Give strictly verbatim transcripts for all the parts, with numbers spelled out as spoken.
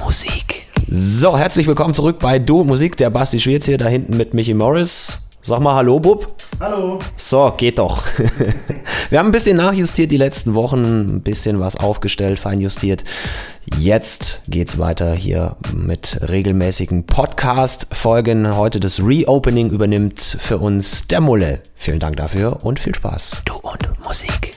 Musik. So, herzlich willkommen zurück bei Du Musik, der Basti Schwierz hier, da hinten mit Michi Morris. Sag mal Hallo, Bub. Hallo. So, geht doch. Wir haben ein bisschen nachjustiert die letzten Wochen, ein bisschen was aufgestellt, feinjustiert. Jetzt geht's weiter hier mit regelmäßigen Podcast-Folgen. Heute das Reopening übernimmt für uns der Mulle. Vielen Dank dafür und viel Spaß. Du und Musik.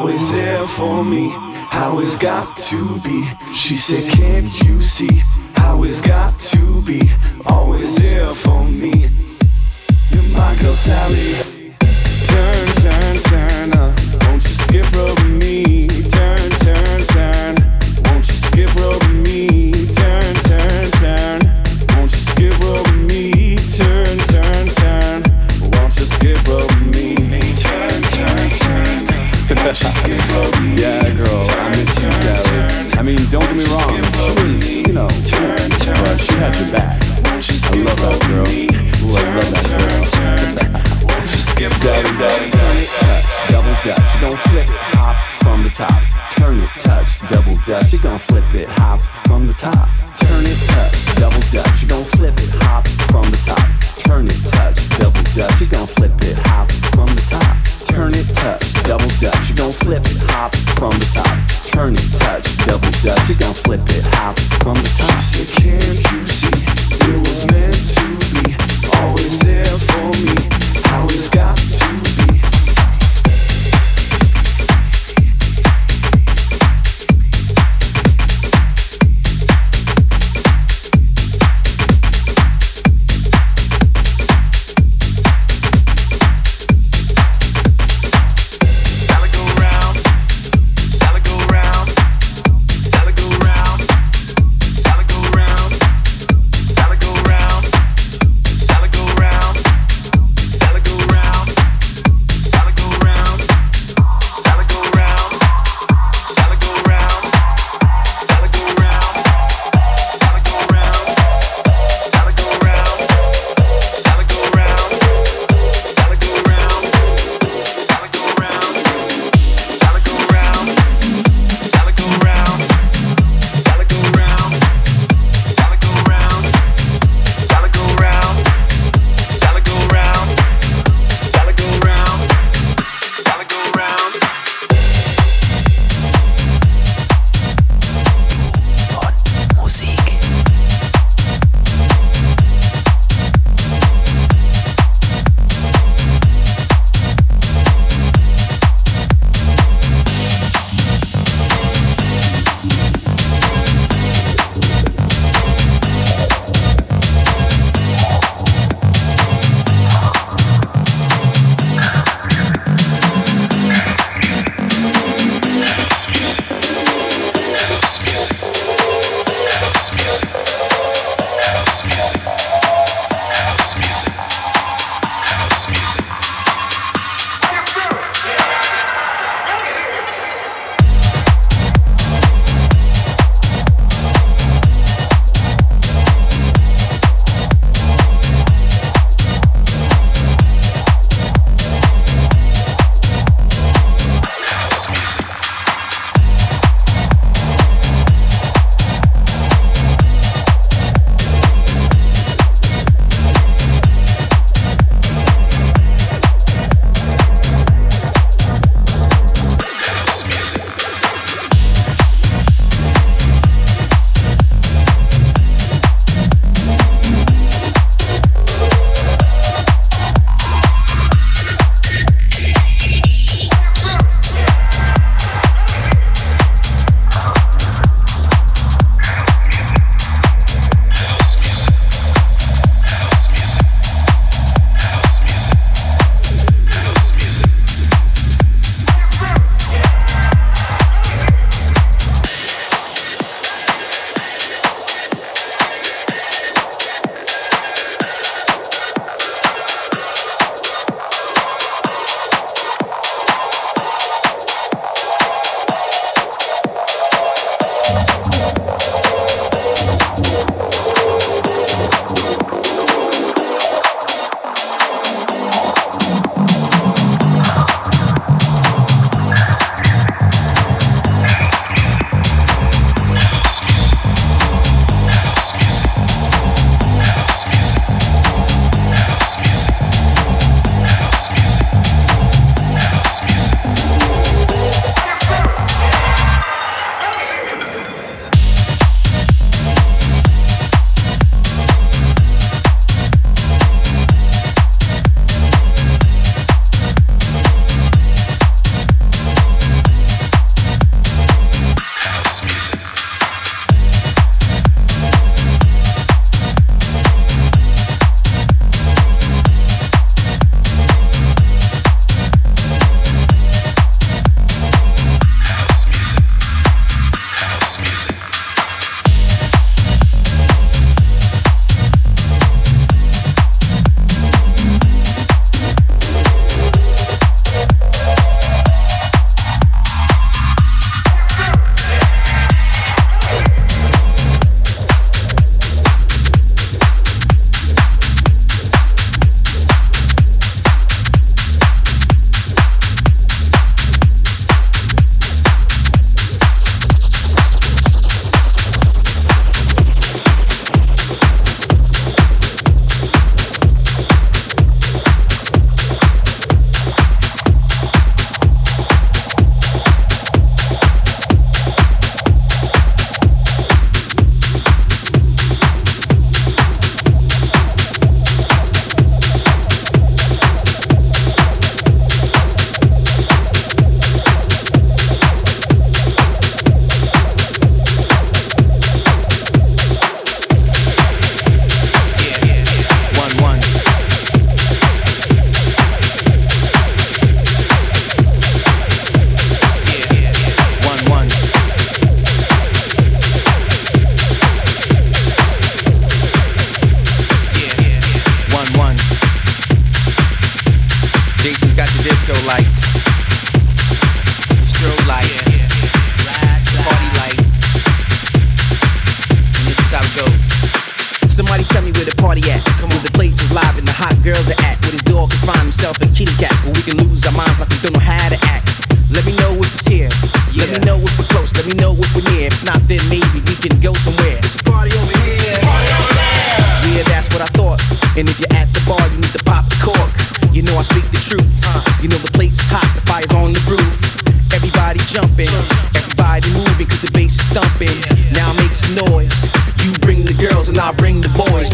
always there for me, how it's got to be. She said, can't you see how it's got to be, always there for me. You're my girl Sally. Turn, turn, turn up, won't you skip over me? Turn, turn, turn, won't you skip over me? Turn, turn, turn, won't you skip over me? Turn, turn, turn, won't you skip over me? Turn, turn, turn, won't you skip over me? Yeah, girl, I miss you, Sally. I mean, don't get me wrong, she was, you know, but she had your back. I love that girl. Ooh, I love that girl. Skip Sally, Sally, touch, double dutch. You gon' flip it, hop from the top. Turn it, touch, double dutch. You gon' flip it, hop from the top. Turn it, touch, double dutch. You gon' flip it, hop from the top. Turn it, touch, double dutch. You gon' flip it, hop from the top. Turn it, touch, double dutch. You gon' flip it, hop from the top. Turn it, touch, double dutch. You gon' flip it, hop from the top. She said, can't you see it was meant to be, always there for me, how it's got to be. Sally go round, Sally go Let me know if we're near. If not, then maybe we can go somewhere. It's a party over here. Party over there. Yeah, that's what I thought. And if you're at the bar, you need to pop the cork. You know I speak the truth. Uh, you know the place is hot, the fire's on the roof. Everybody jumping, everybody moving, cause the bass is thumping. Now make some noise. You bring the girls and I'll bring the boys.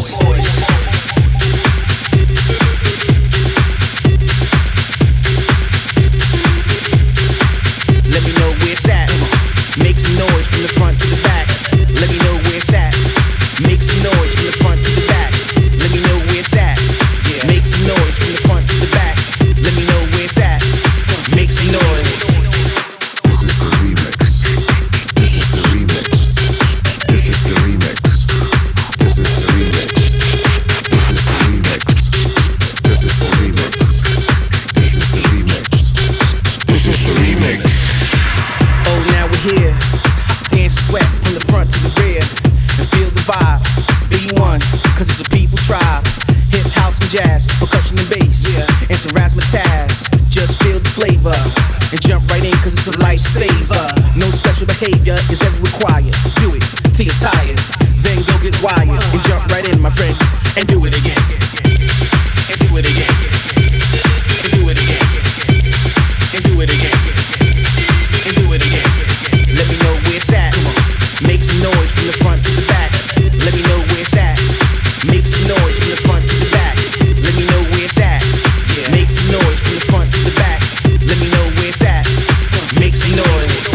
Let me know where it's at. Make some noise from the front to the back. Let me know where it's at. Make some noise from the front to the back. Let me know where it's at. Make some noise from the front to the back. Let me know where it's at. Make some noise. This is the remix. This is the remix. This is the remix. This is the remix. This is the remix. This is the remix. This is the remix. This is the remix. Oh, now we're here. Dance and sweat from the front to the rear. And feel the vibe. Be one, cause it's a people's tribe. Hip, house, and jazz, percussion and bass, yeah. And some razzmatazz. Just feel the flavor and jump right in, cause it's a lifesaver. No special behavior is ever required. Do it till you're tired, then go get wired and jump right in, my friend, and do it again. And do it again. And do it again. And do it again. And do it again. Let me know where it's at. Make some noise from the front to the back. Let me know where it's at. Make some noise from the front to the back. Let me know where it's at. Make some noise from the front to the back. Let me know where it's at. Make some noise.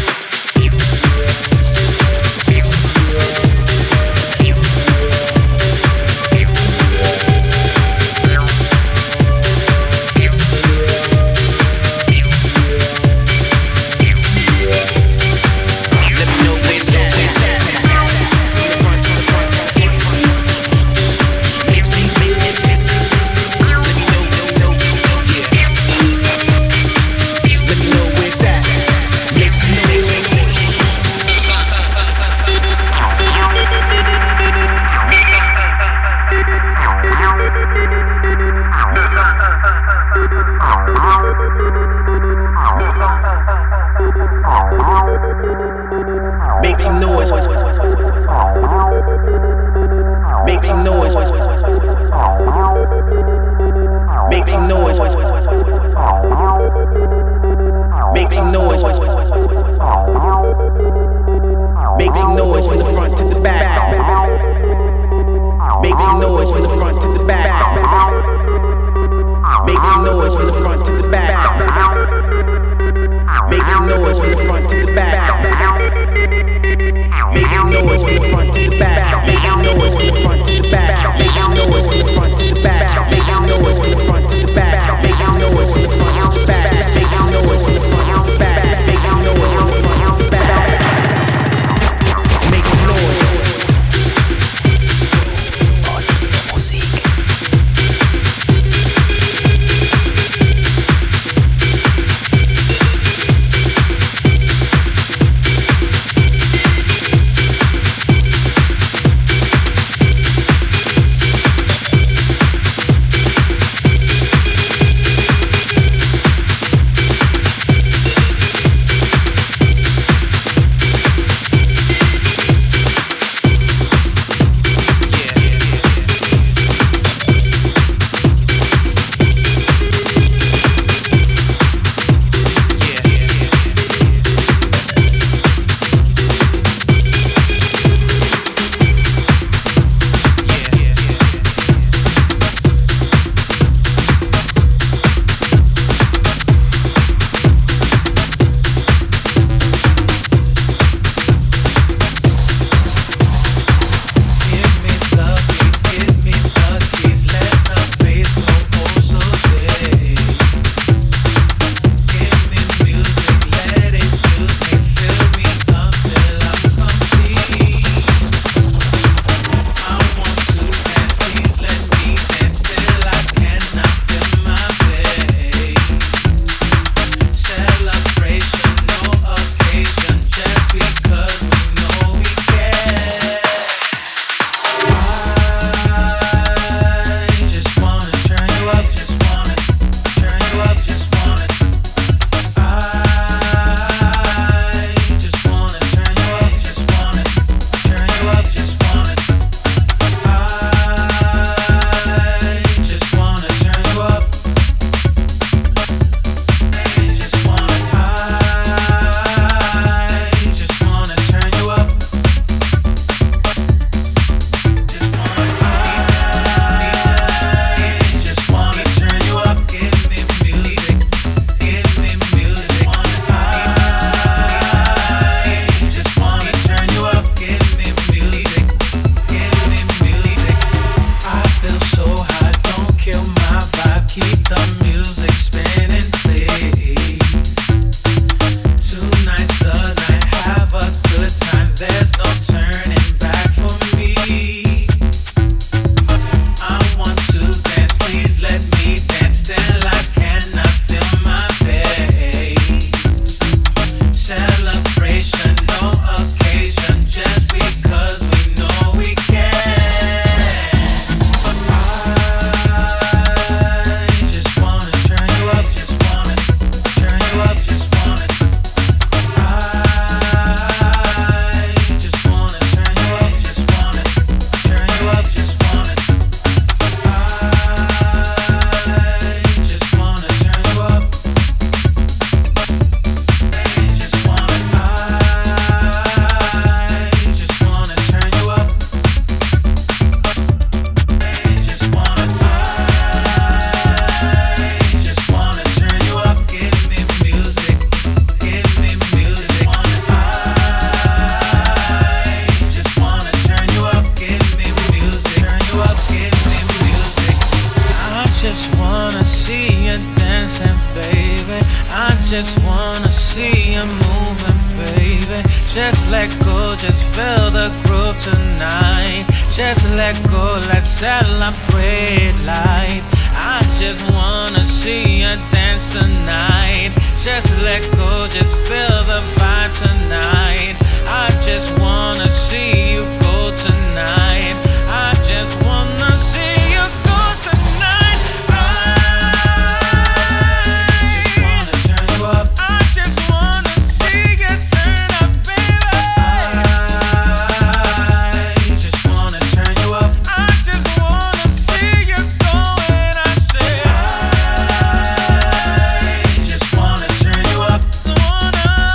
Make some noise. Make some noise. Make some noise. Make some noise. Make some noise from the front to the back. Make some noise from the front to the back. Make some noise from the front to the back. Make some noise from the front to the back. Make some noise from the front to the back. Make some noise from the front to the back. Make some noise from the front to the back. Make some noise from the front to the back. Make some noise from the front to the back. Make some noise from the front to the back. Make some noise from the front to the back. Make some noise. Musik. celebration, no occasion, just because we know we can. But I just wanna turn you up, just wanna turn you up, just wanna. I just wanna turn you up, just wanna turn you up, just wanna. I just wanna turn you up. Just wanna, I just wanna turn you up. Just wanna, I just wanna turn you up. Give me music, give me music. I just wanna turn you up. Give me music, turn you up. Give me music. I just wanna see you dancing, baby. I just wanna see you moving, baby. Just let go, just feel the groove tonight. Just let go, let's celebrate life. I just wanna see you dance tonight. Just let go, just feel the vibe tonight. I just wanna see you go tonight. I just wanna see you go tonight. I just wanna turn you up. I just wanna see you turn up, baby. I just wanna turn you up. I just wanna see you go, and I say I just wanna turn you up. Wanna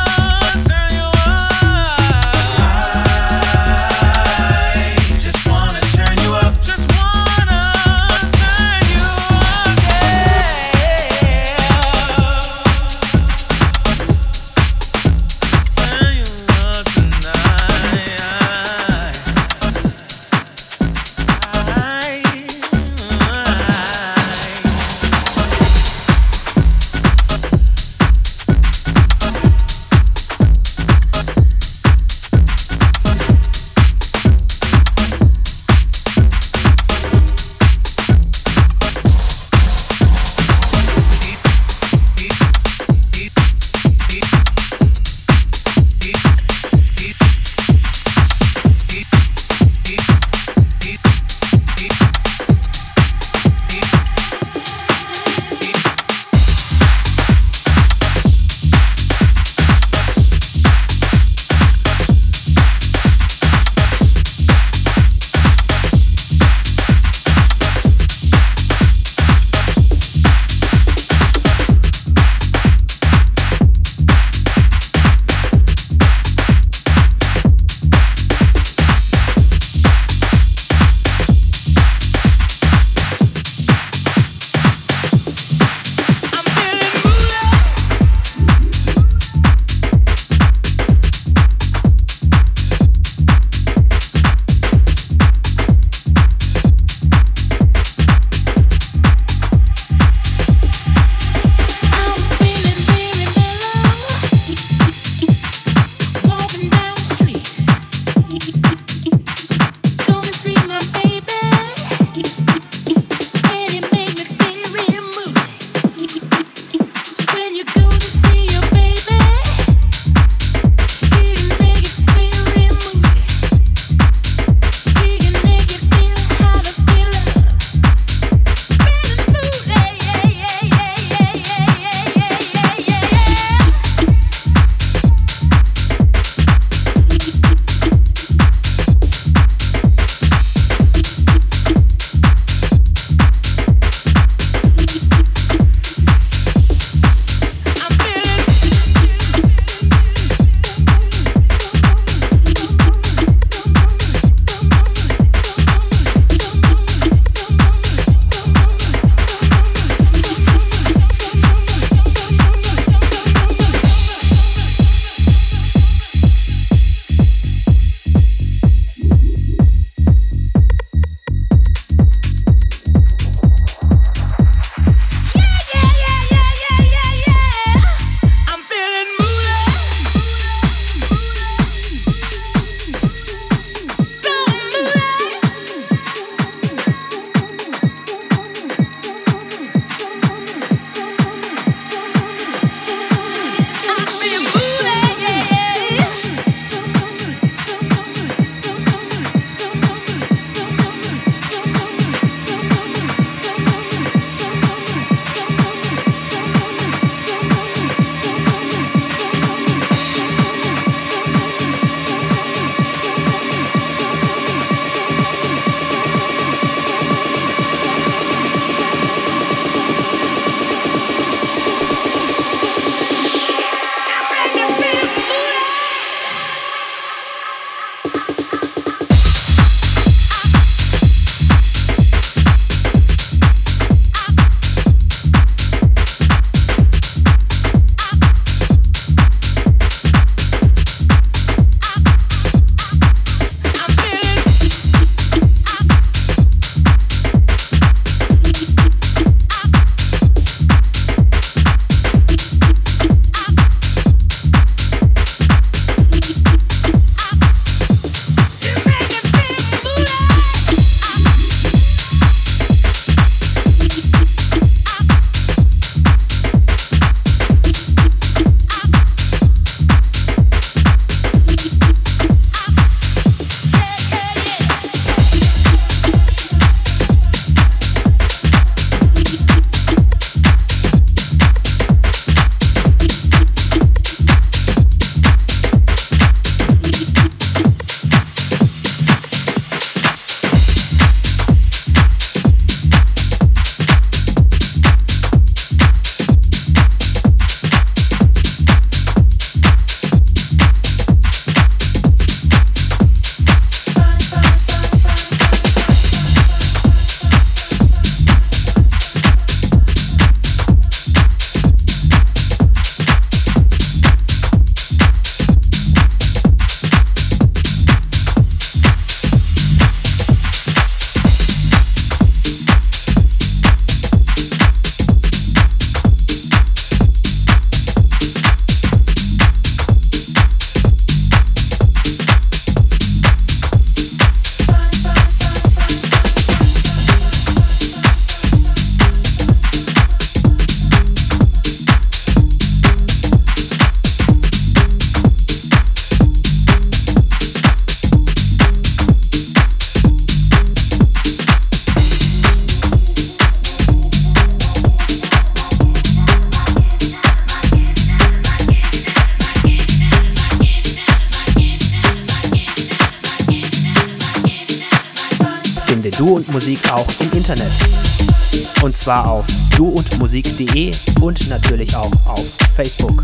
Du und Musik auch im Internet. Und zwar auf duundmusik punkt de und natürlich auch auf Facebook.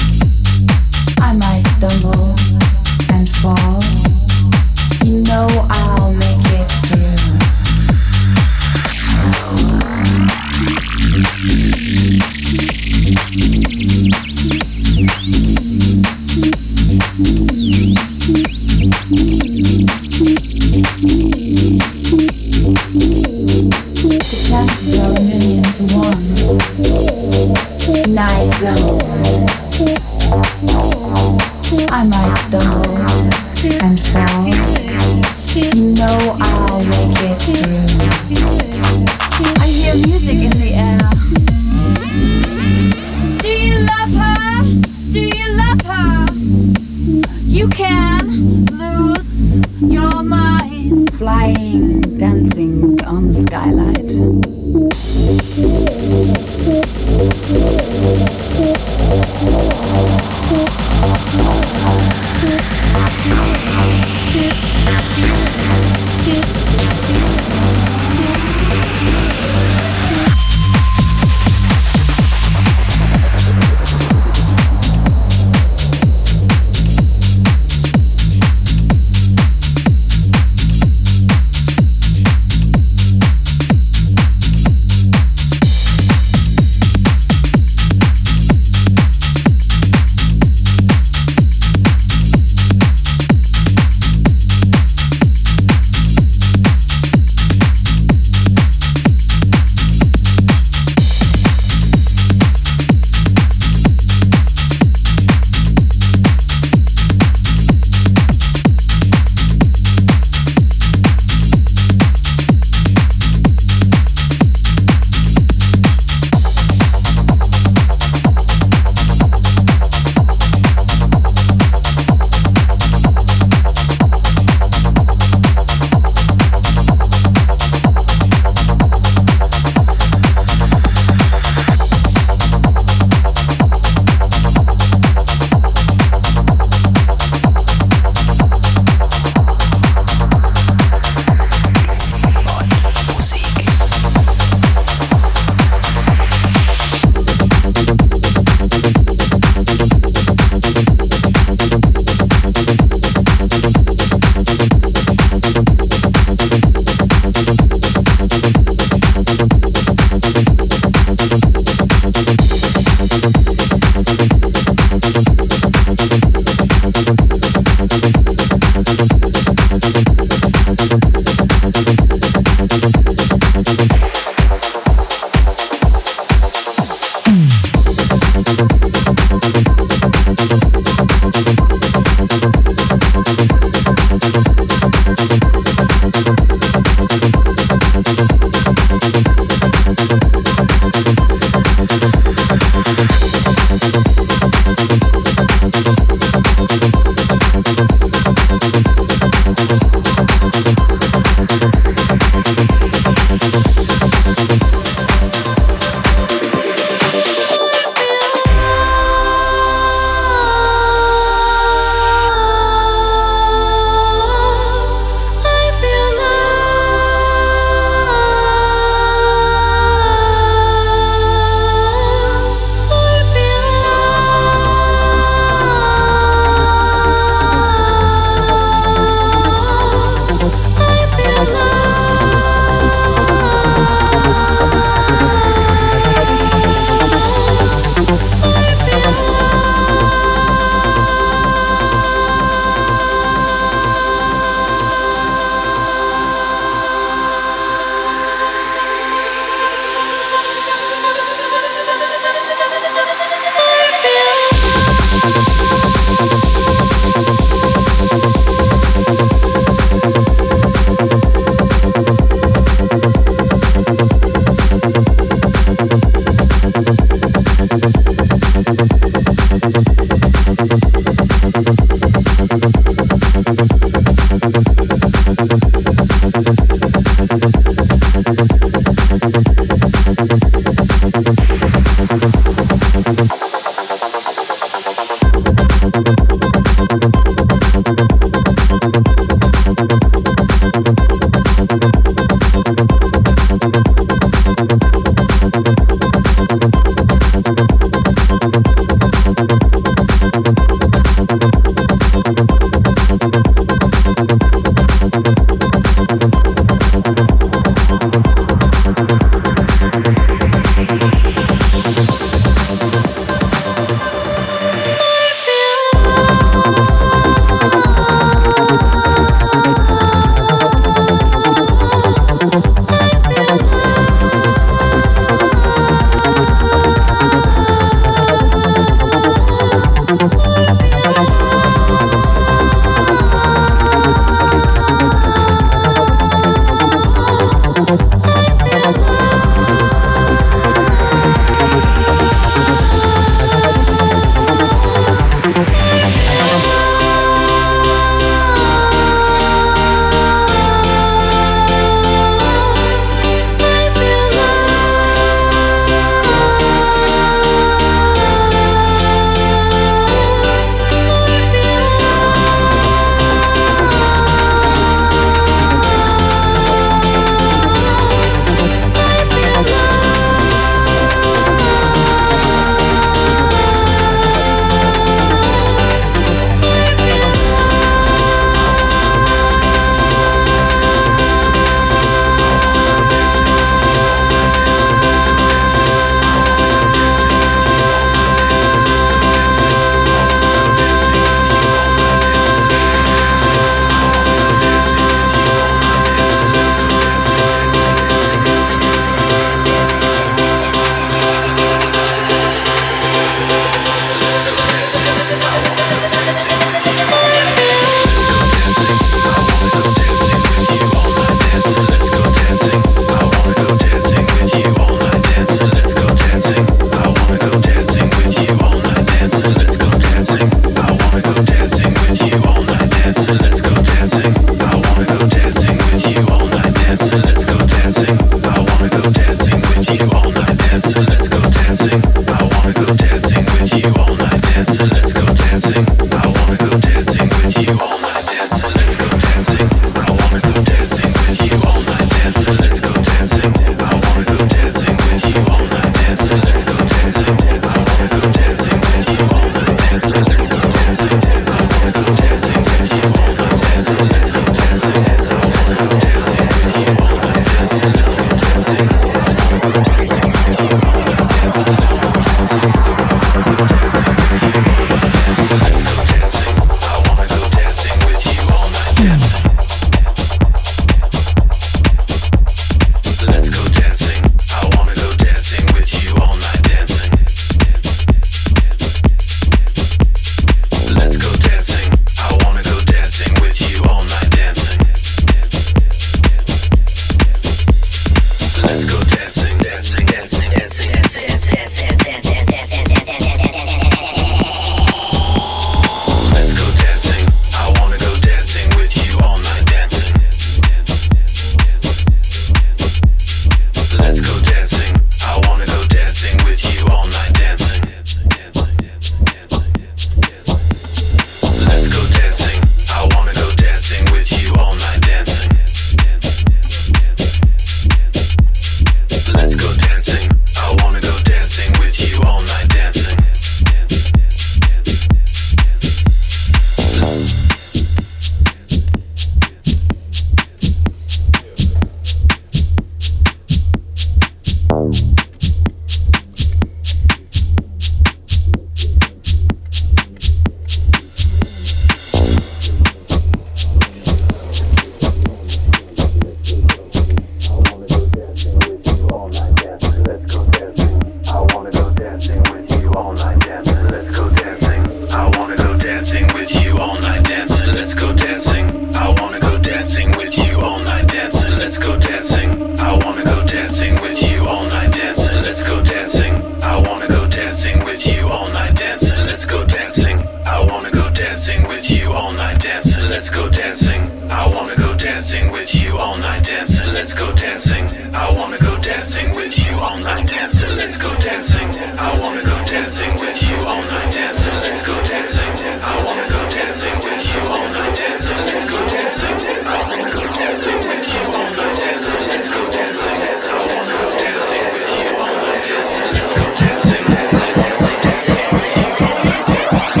let's go dancing. I wanna go dancing with you all night dancing. Let's go dancing. I wanna go dancing with you all night dancing. Let's go dancing. I wanna go dancing with you all night dancing. Let's go dancing. I wanna go dancing with you all night dancing. Let's go dancing. I wanna go dancing with you all night dancing. Let's go dancing. Dancing, dancing, dancing with you all night dancing.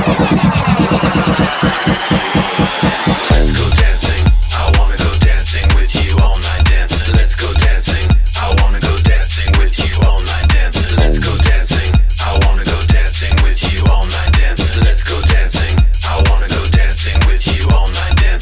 Let's go dancing. I wanna go dancing with you all night dancing. Let's go dancing. I wanna go dancing with you all night dancing. Let's go dancing. I wanna go dancing with you all night dancing. Let's go dancing. I wanna go dancing with you all night dancing.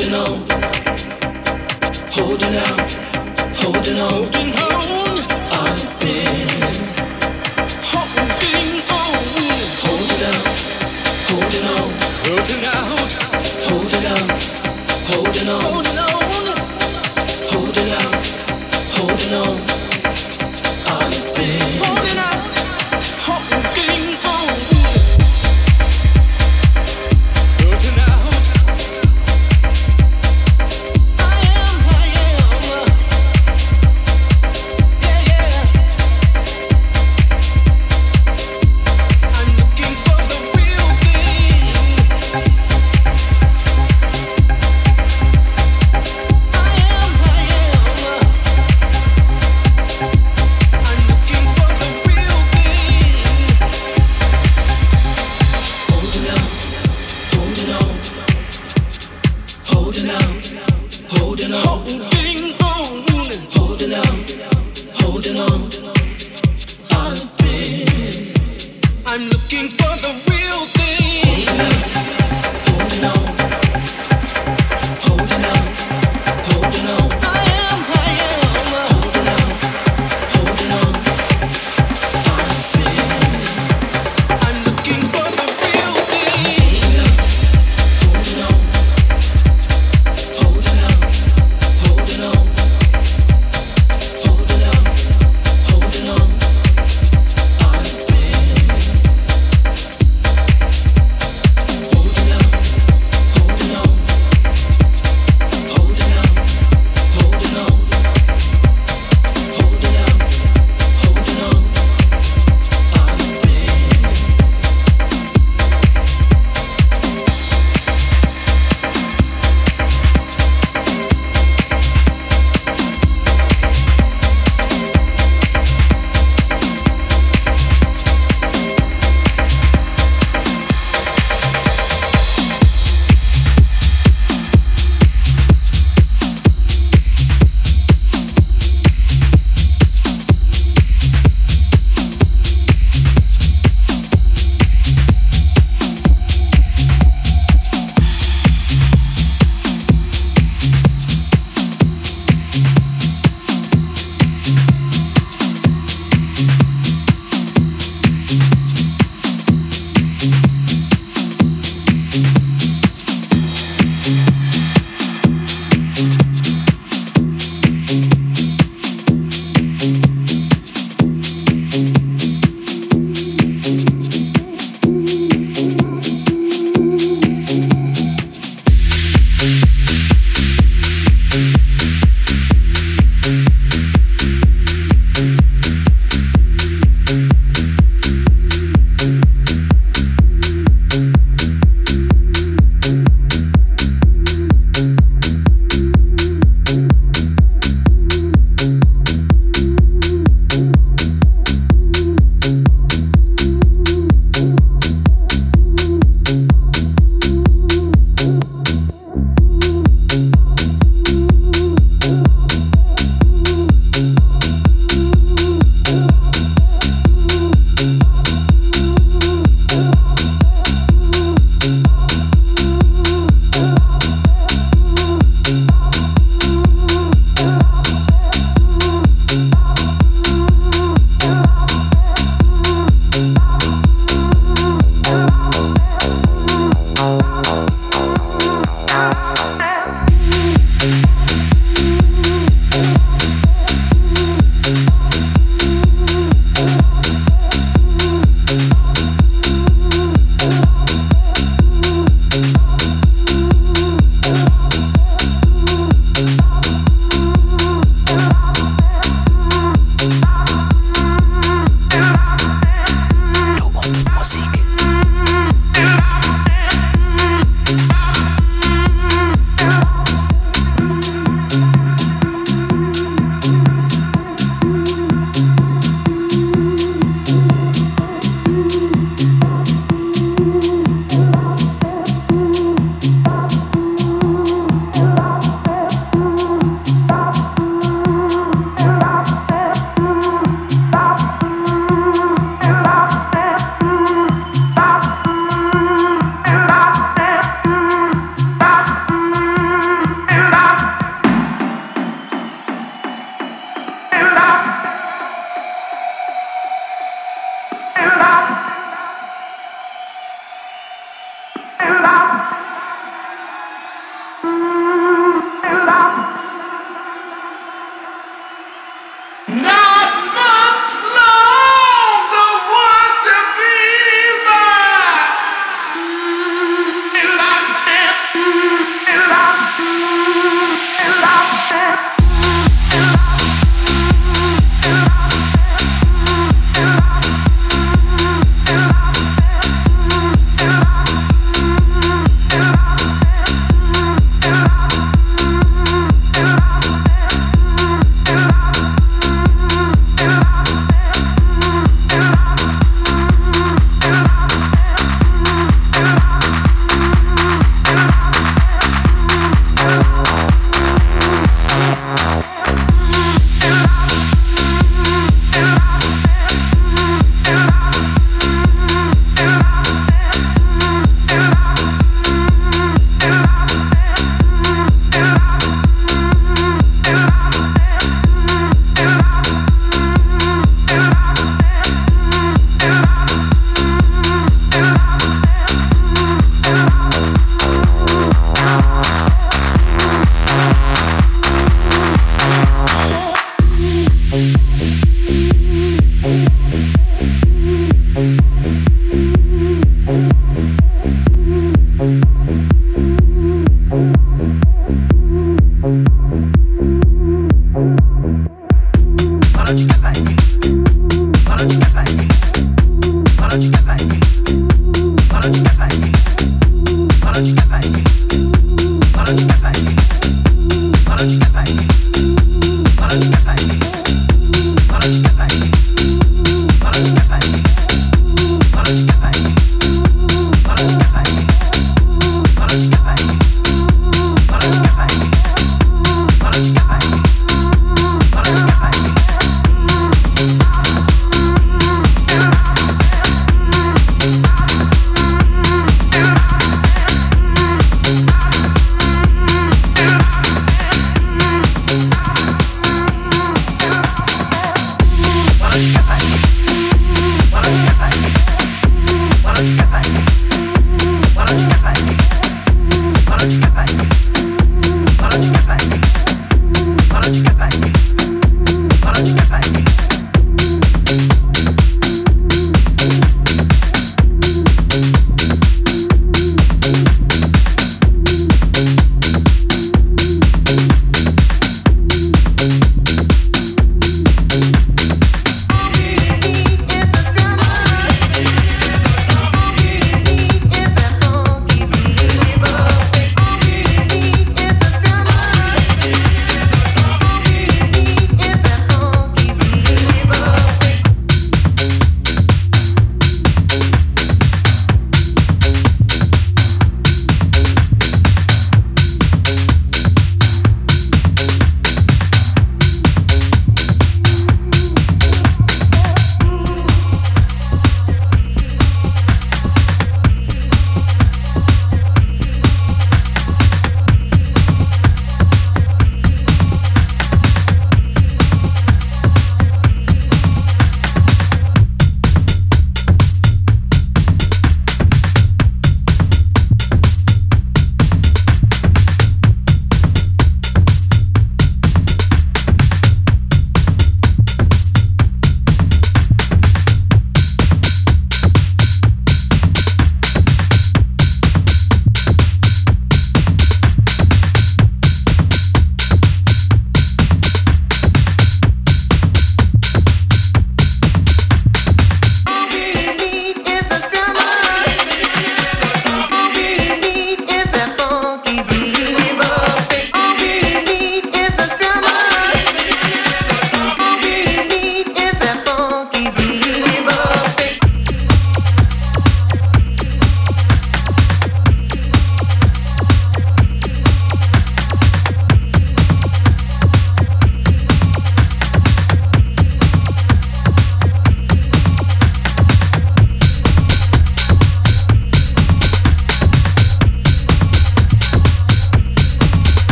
holding on, holding out, holding on, holding on. I've been holding on, holding out, holding on, holding out, holding out, holding on, holding on, holding out, holding on. I've been holding out, holding on, holding out. I am, I am, yeah, yeah. I'm looking for the real thing. I am, I am. I'm looking for the real thing. Holding on, holding on, holding out, holding on, holding on, holding out, holding on. I've been. I'm looking for the real thing. Holding on, holding out, holding on. I am, I am. Holding out, holding on. I've been. I'm looking for the real thing. Holding on, holding out, holding on. Holding out, holding on. I've been. Holding out, holding on. Holding out, holding on. Holding out, holding on. I've been.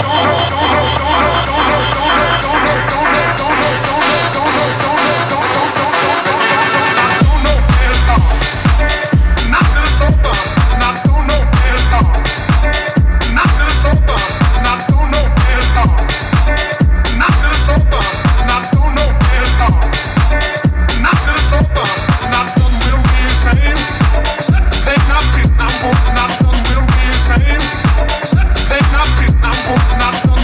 Not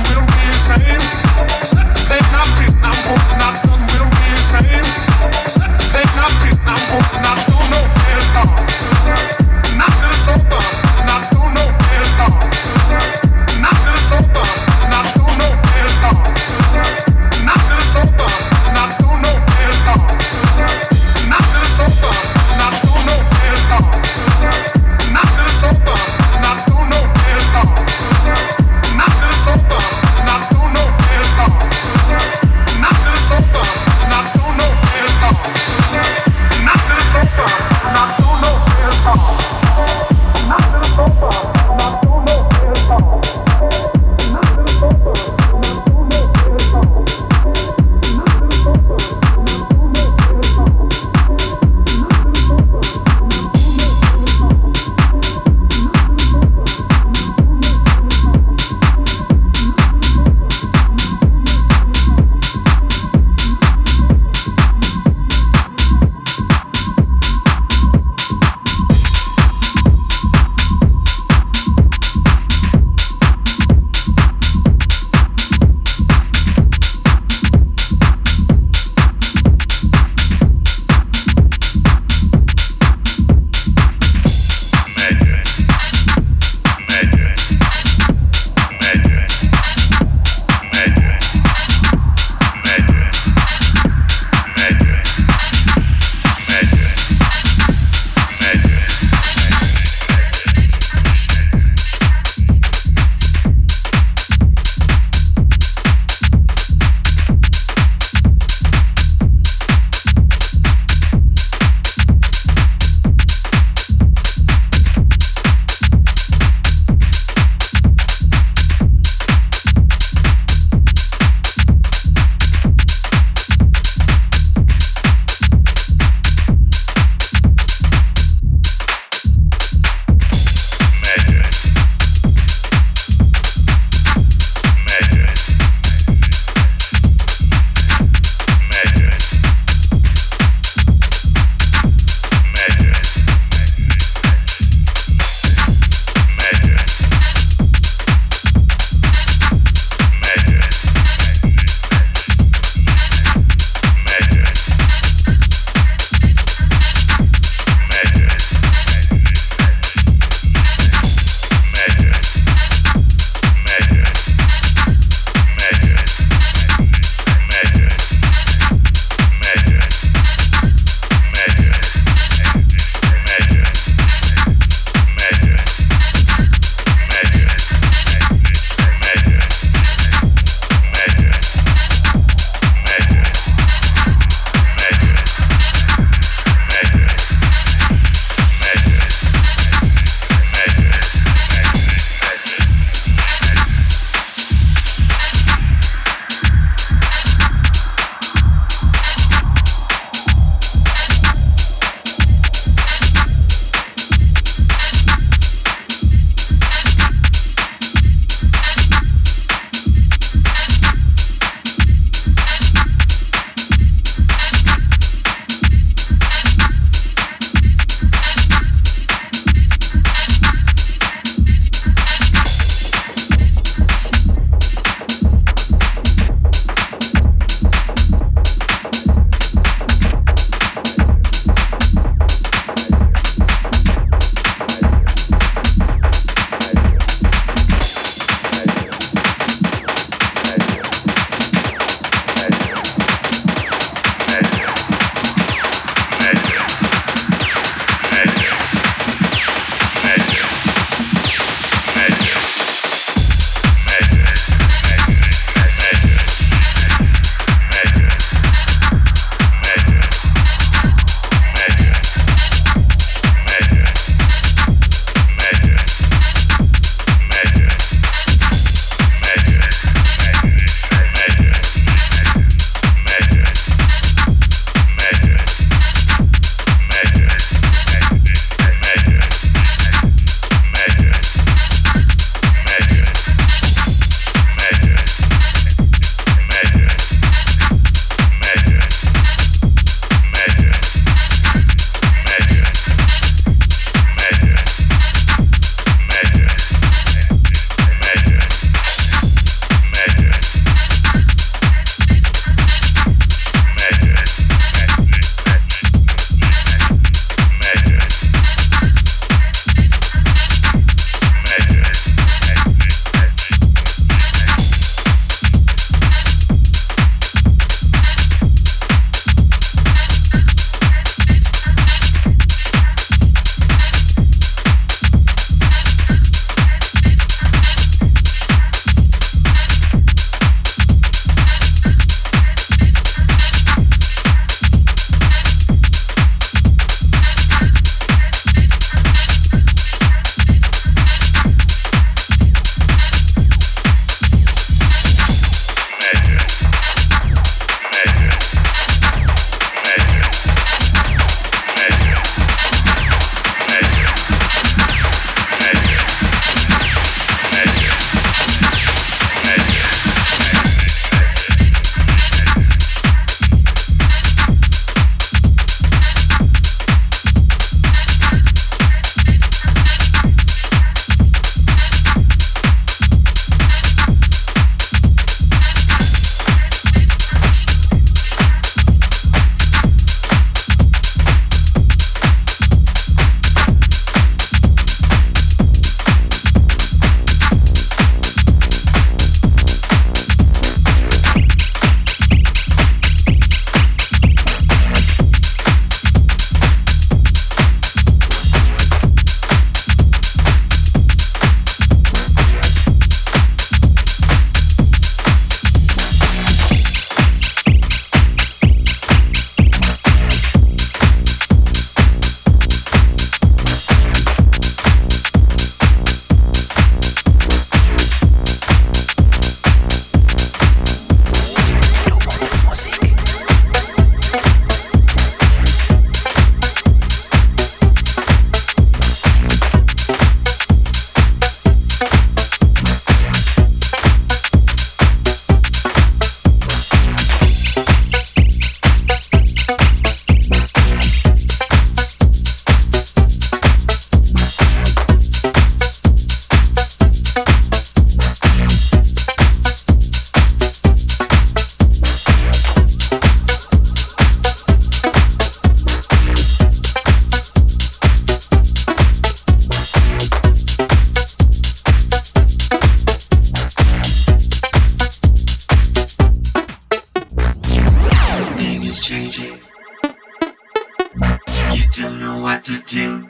to do.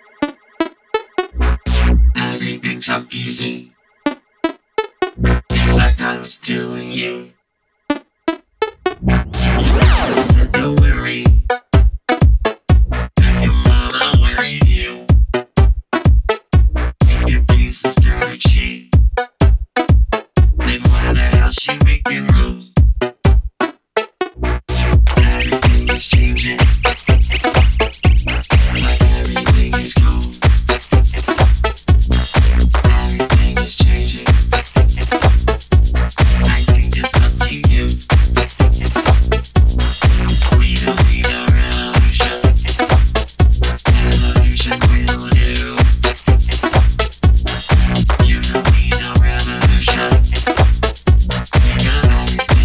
Everything's confusing. It's like I was doing you. Your mama said don't worry. And your mama worried you. Think your piece is gotta cheat. Then why the hell she making rules? Everything is changing. Like everything is cool. Everything is changing. I think it's up to you. We don't need a revolution. Evolution will do. You don't need no revolution. We got everything.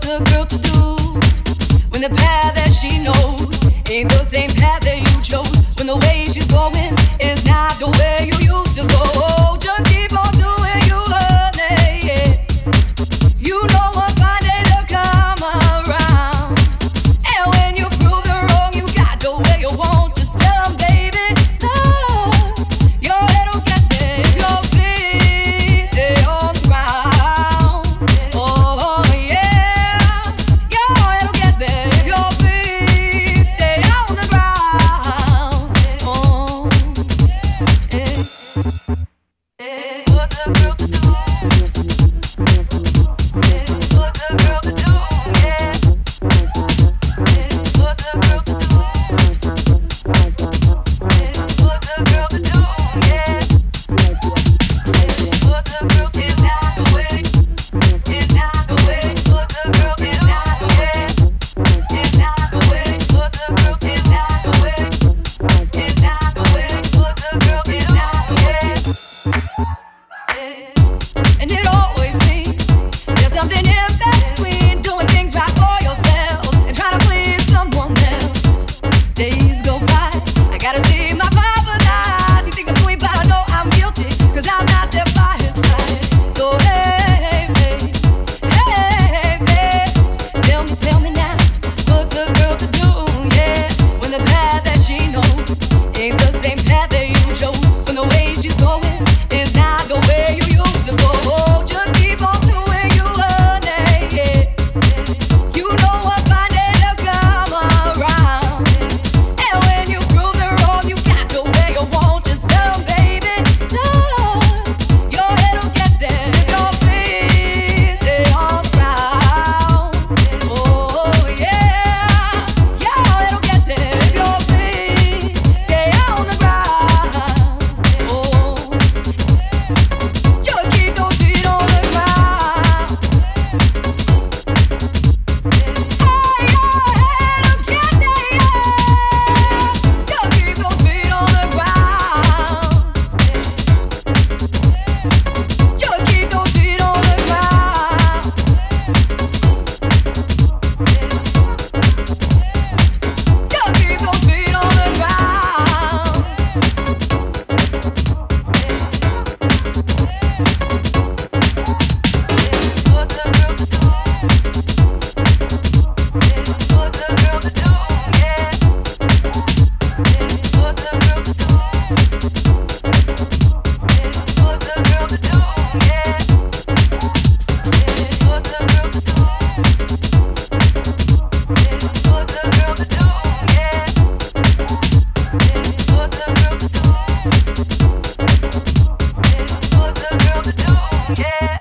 What's a girl to do when the path that she knows ain't the same path that you chose? When the way she's going is not the way you used to go. Just keep on doing you, honey, yeah. You know one fine day they'll come around, and when you prove them wrong, you got the way you want. Just tell them, baby, no, your head will get there if your feet stay on the ground. Oh yeah, your head will get there if your feet stay on the ground. Oh, yeah. What's a girl to do? What's a girl to do? Yeah. What's a girl to do? What's a girl to do? Yeah. What's a girl is not the way. Is not the way. What's a girl is not the way. Is not the way. What's a girl is not the way. Is not the way. What's a girl is not the way. And it always seems there's something in between doing things right for yourself and trying to please someone else. Days go by, I gotta see my papa's eyes. He thinks I'm doing, but I know I'm guilty, cause I'm not there by his side. So hey, babe, hey, babe, tell me, tell me now, what's a girl to do, yeah, when the path that she knows ain't the same path that you chose, when the way she's going is not the way you used to go. Just keep on doing you, honey, yeah. You know what fine day they'll come around, and when you prove them wrong, you got the way you want. Just tell them, baby, no, your head will get there if your feet stay on the ground. Oh yeah, your head will get there if your feet stay on the ground. Oh, just keep those feet on the ground. Hey, your head will get there, yeah. Just keep those feet on the ground. Just keep those feet on the ground. Just keep those feet on the ground. What's a girl to do? What's a girl to do? Yeah. What's a girl to do? What's a girl to do? Yeah. What's a girl to do? What's a girl to do? Yeah. What's a girl to do? What's a girl to do? Yeah.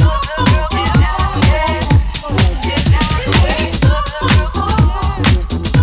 What's a girl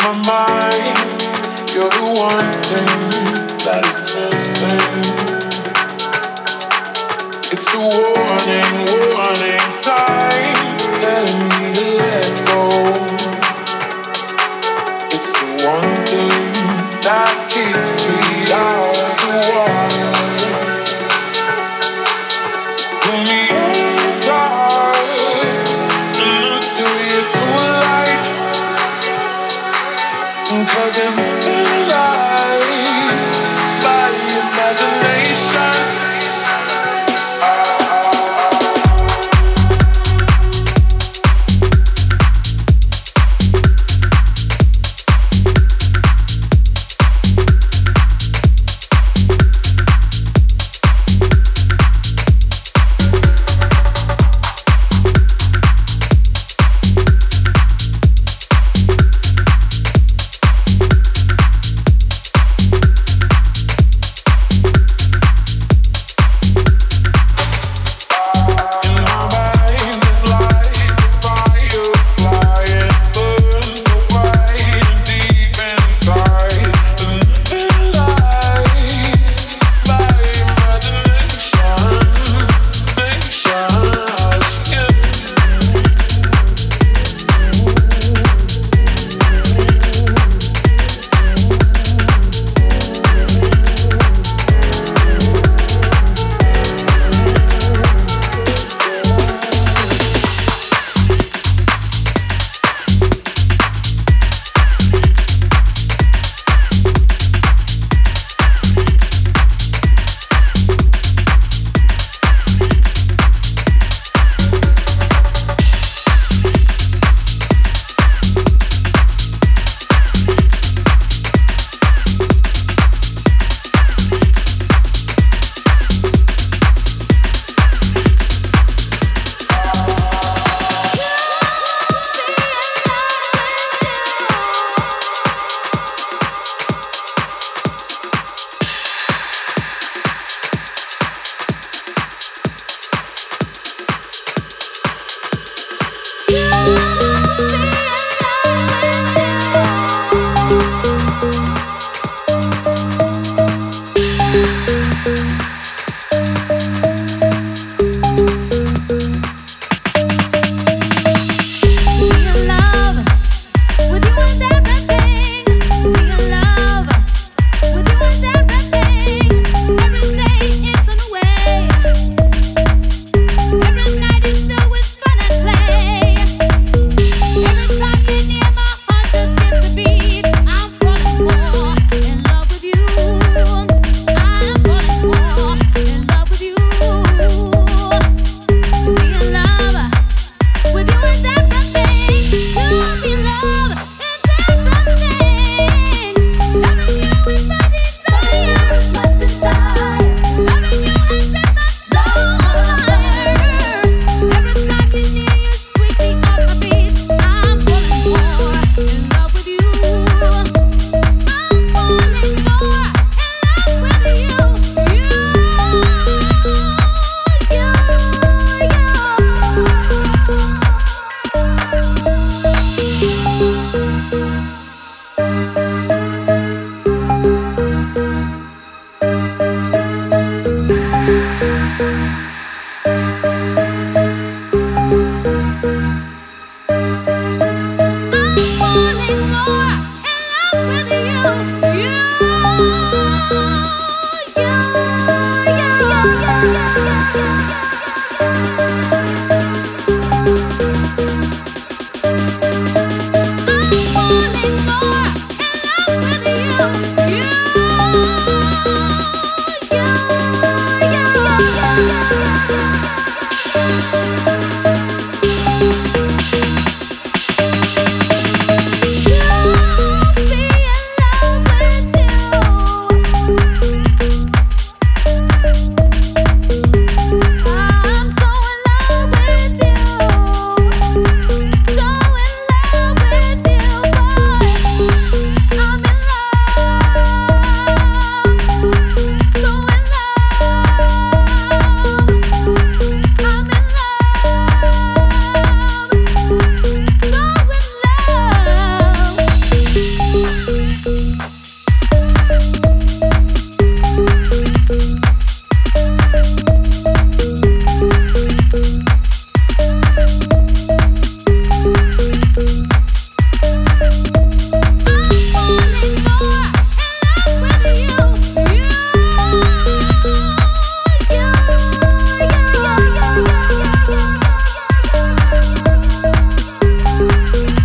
my mind. You're the one thing that is missing. It's a warning, warning signs telling me to let go. It's the one thing that keeps me out of the water. Pull me in tight and until you cool light. 'Cause there's nothing like my imagination.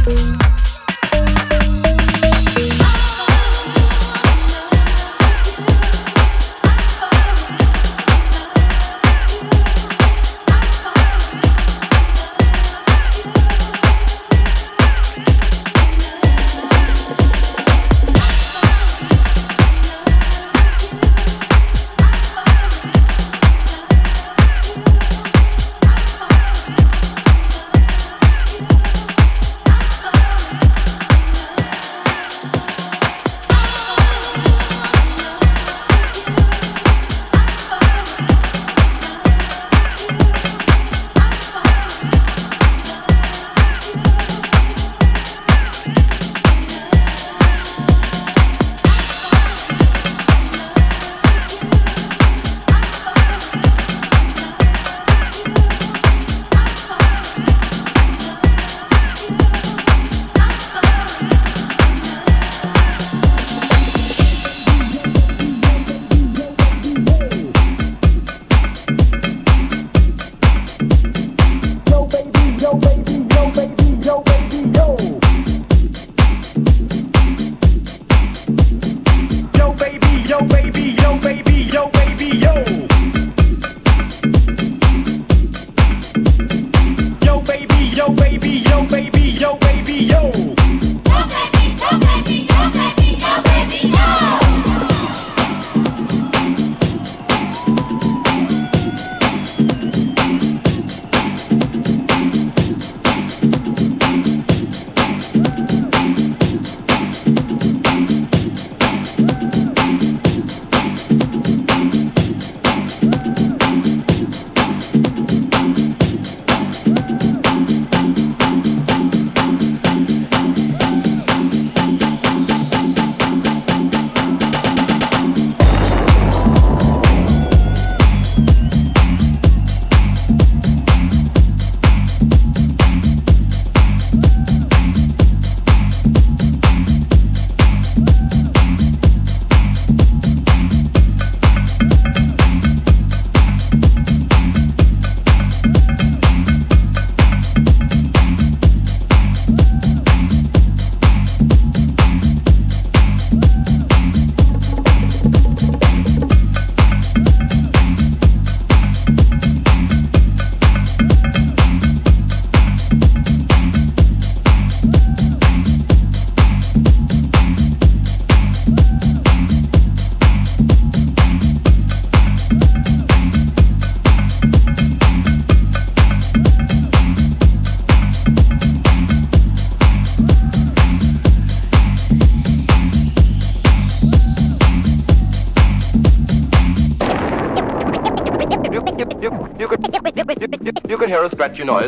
You can hear a scratchy noise.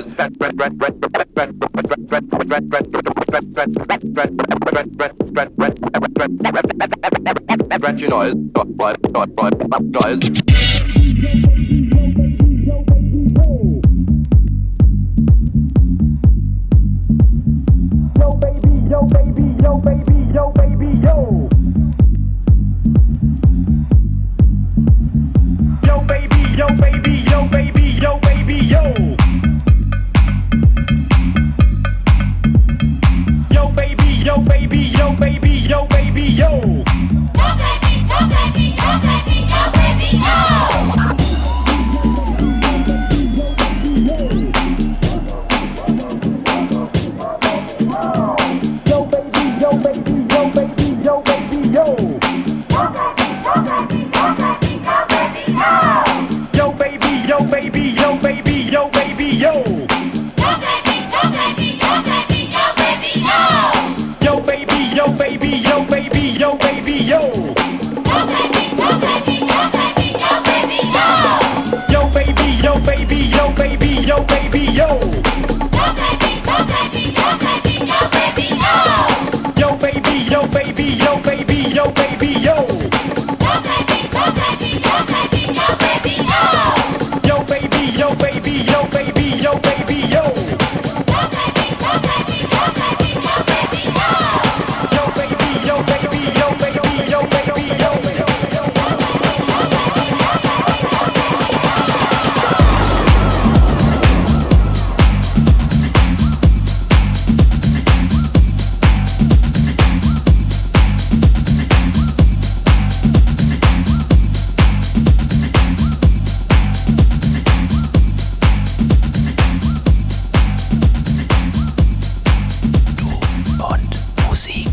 Scratchy noise. Noise. Yo baby, yo baby, yo baby, yo baby, yo. Yo baby, yo baby, yo baby, yo baby, yo. Yo baby, yo baby, yo baby, yo baby, yo. Yo baby, yo baby, yo baby, yo baby, yo. Yo baby, yo baby.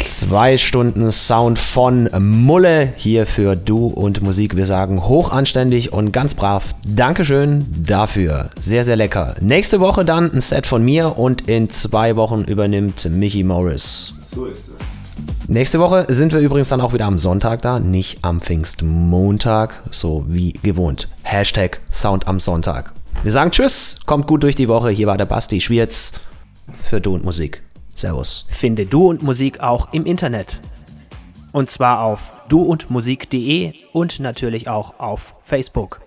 Zwei Stunden Sound von Mulle hier für Du und Musik. Wir sagen hochanständig und ganz brav Dankeschön dafür. Sehr, sehr lecker. Nächste Woche dann ein Set von mir und in zwei Wochen übernimmt Michi Morris. So ist es. Nächste Woche sind wir übrigens dann auch wieder am Sonntag da, nicht am Pfingstmontag, so wie gewohnt. Hashtag Sound am Sonntag. Wir sagen Tschüss, kommt gut durch die Woche. Hier war der Basti Schwierz für Du und Musik. Servus. Finde Du und Musik auch im Internet. Und zwar auf du und musik punkt de und natürlich auch auf Facebook.